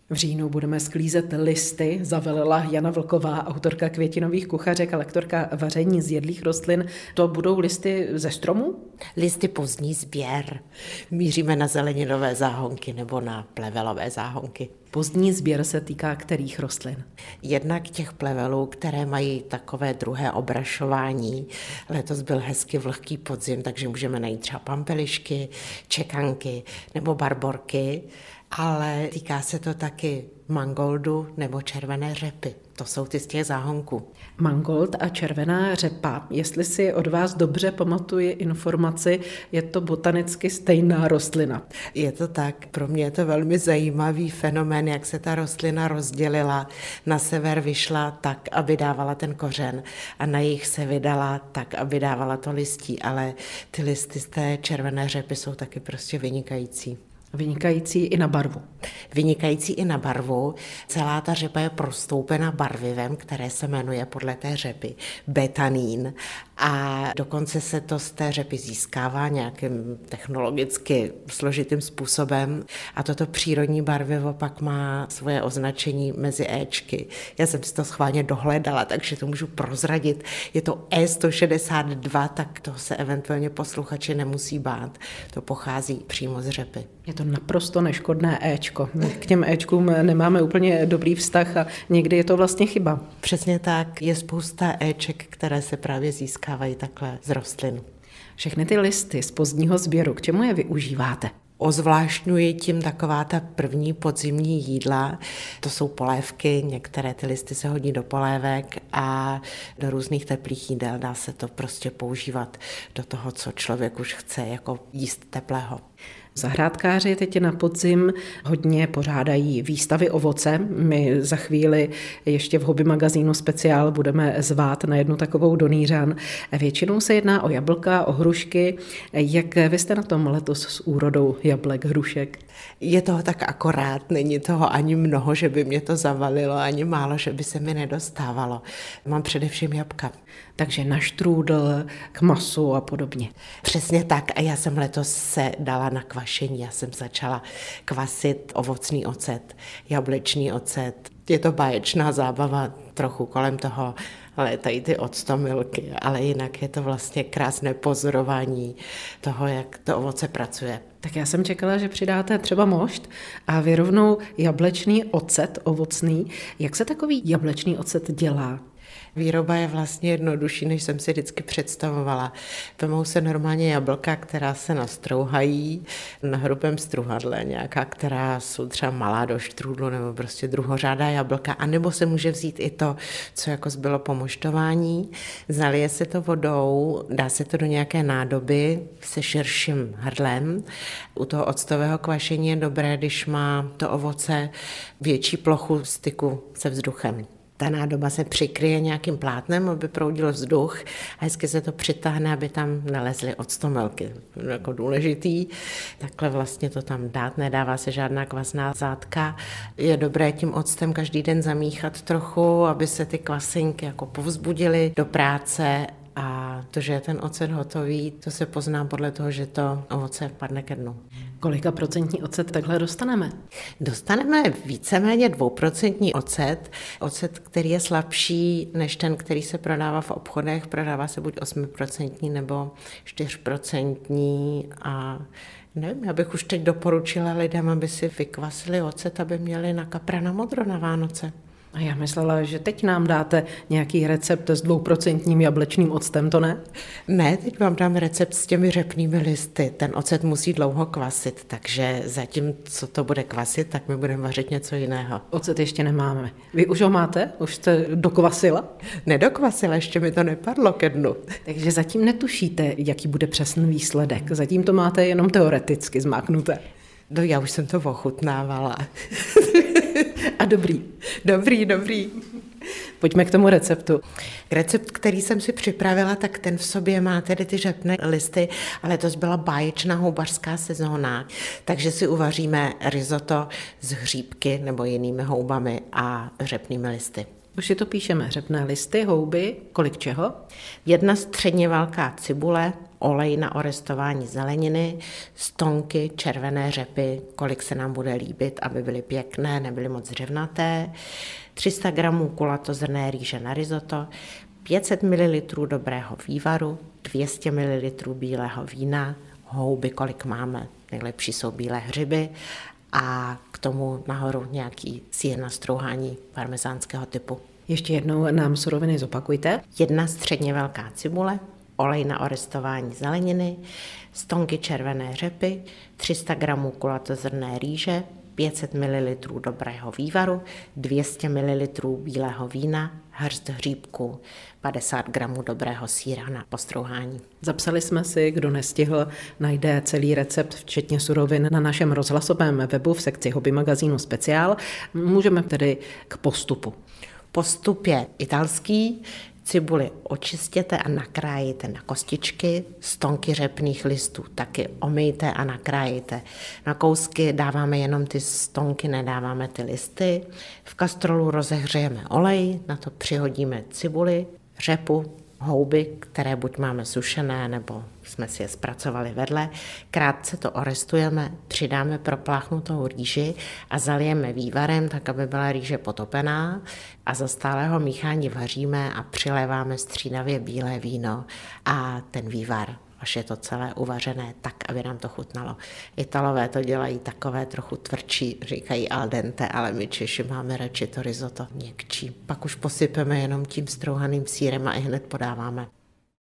V říjnu budeme sklízet listy, zavelila Jana Vlková, autorka květinových kuchařek a lektorka vaření z jedlých rostlin. To budou listy ze stromů? Listy pozdní sběr. Míříme na zeleninové záhonky nebo na plevelové záhonky. Pozdní sběr se týká kterých rostlin? Jednak těch plevelů, které mají takové druhé obrašování. Letos byl hezky vlhký podzim, takže můžeme najít třeba pampelišky, čekanky nebo barborky, ale týká se to taky mangoldu nebo červené řepy. To jsou ty z těch záhonků. Mangold a červená řepa, jestli si od vás dobře pamatuji informaci, je to botanicky stejná rostlina. Je to tak. Pro mě je to velmi zajímavý fenomén, jak se ta rostlina rozdělila. Na sever vyšla tak, aby dávala ten kořen a na jih se vydala tak, aby dávala to listí, ale ty listy z té červené řepy jsou taky prostě vynikající. Vynikající i na barvu. Vynikající i na barvu. Celá ta řepa je prostoupena barvivem, které se jmenuje podle té řepy betanín. A dokonce se to z té řepy získává nějakým technologicky složitým způsobem. A toto přírodní barvivo pak má svoje označení mezi éčky. Já jsem si to schválně dohledala, takže to můžu prozradit. Je to E162, tak to se eventuálně posluchači nemusí bát. To pochází přímo z řepy. Je to naprosto neškodné éčko. K těm éčkům nemáme úplně dobrý vztah a někdy je to vlastně chyba. Přesně tak. Je spousta éček, které se právě získávají takhle z rostlin. Všechny ty listy z pozdního sběru, k čemu je využíváte? Ozvláštňuji tím taková ta první podzimní jídla. To jsou polévky, některé ty listy se hodí do polévek a do různých teplých jídel. Dá se to prostě používat do toho, co člověk už chce, jako jíst teplého. Zahrádkáři teď na podzim hodně pořádají výstavy ovoce. My za chvíli ještě v Hobby magazínu speciál budeme zvát na jednu takovou do Nýřan. Většinou se jedná o jablka, o hrušky. Jak vy jste na tom letos s úrodou jablek, hrušek? Je toho tak akorát, není toho ani mnoho, že by mě to zavalilo, ani málo, že by se mi nedostávalo. Mám především jabka. Takže na štrůdl, k masu a podobně. Přesně tak a já jsem letos se dala na kvašení, já jsem začala kvasit ovocný ocet, jablečný ocet. Je to báječná zábava, trochu kolem toho létají ty octomilky, ale jinak je to vlastně krásné pozorování toho, jak to ovoce pracuje. Tak já jsem čekala, že přidáte třeba mošt a vy rovnou jablečný ocet ovocný. Jak se takový jablečný ocet dělá? Výroba je vlastně jednodušší, než jsem si vždycky představovala. Vemou se normálně jablka, která se nastrouhají na hrubém struhadle, nějaká, která jsou třeba malá do štrůdlu nebo prostě druhořádá jablka, anebo se může vzít i to, co jako zbylo po moštování. Zalije se to vodou, dá se to do nějaké nádoby se širším hrdlem. U toho octového kvašení je dobré, když má to ovoce větší plochu styku se vzduchem. Ta nádoba se přikryje nějakým plátnem, aby proudil vzduch a hezky se to přitáhne, aby tam nalezly octomilky. Jako důležitý. Takhle vlastně to tam dát, nedává se žádná kvasná zátka. Je dobré tím octem každý den zamíchat trochu, aby se ty kvasinky jako povzbudily do práce. A to, že je ten ocet hotový, to se pozná podle toho, že to ovoce padne ke dnu. Kolika procentní ocet takhle dostaneme? Dostaneme víceméně 2% ocet. Ocet, který je slabší než ten, který se prodává v obchodech. Prodává se buď 8% nebo 4% a nevím, já bych už teď doporučila lidem, aby si vykvasili ocet, aby měli na kapra na modro na Vánoce. A já myslela, že teď nám dáte nějaký recept s 2% jablečným octem, to ne? Ne, teď vám dám recept s těmi řepnými listy. Ten ocet musí dlouho kvasit, takže zatím, co to bude kvasit, tak my budeme vařit něco jiného. Ocet ještě nemáme. Vy už ho máte? Už jste dokvasila? Nedokvasila, ještě mi to nepadlo ke dnu. Takže zatím netušíte, jaký bude přesný výsledek. Zatím to máte jenom teoreticky zmáknuté. No já už jsem to ochutnávala. A dobrý. Dobrý. Pojďme k tomu receptu. Recept, který jsem si připravila, tak ten v sobě má tedy ty řepné listy, ale to byla báječná houbařská sezóna, takže si uvaříme risotto z hříbky nebo jinými houbami a řepnými listy. Už si to píšeme, řepné listy, houby, kolik čeho? 1 středně velká cibule, olej na orestování zeleniny, stonky červené řepy, kolik se nám bude líbit, aby byly pěkné, nebyly moc dřevnaté, 300 gramů kulatozrnné rýže na risotto, 500 ml dobrého vývaru, 200 ml bílého vína, houby, kolik máme, nejlepší jsou bílé hřiby a k tomu nahoru nějaký sýr na strouhání parmezánského typu. Ještě jednou nám suroviny zopakujte. 1 středně velká cibule, olej na orestování zeleniny, stonky červené řepy, 300 gramů kulatozrnné rýže, 500 ml dobrého vývaru, 200 ml bílého vína, hrst hříbků, 50 gramů dobrého sýra na postrouhání. Zapsali jsme si, kdo nestihl, najde celý recept, včetně surovin, na našem rozhlasovém webu v sekci Hobby magazínu Speciál. Můžeme tedy k postupu. Postup je italský. Cibuli očistěte a nakrájete na kostičky, stonky řepných listů taky omyjte a nakrájete. Na kousky dáváme jenom ty stonky, nedáváme ty listy. V kastrolu rozehřejeme olej, na to přihodíme cibuli, řepu, houby, které buď máme sušené, nebo jsme si je zpracovali vedle. Krátce to orestujeme, přidáme propláchnutou rýži a zalijeme vývarem, tak aby byla rýže potopená a za stálého míchání vaříme a přiléváme střídavě bílé víno a ten vývar, až je to celé uvařené tak, aby nám to chutnalo. Italové to dělají takové trochu tvrdší, říkají al dente, ale my Češi máme radši to risotto měkčí. Pak už posypeme jenom tím strouhaným sýrem a i hned podáváme.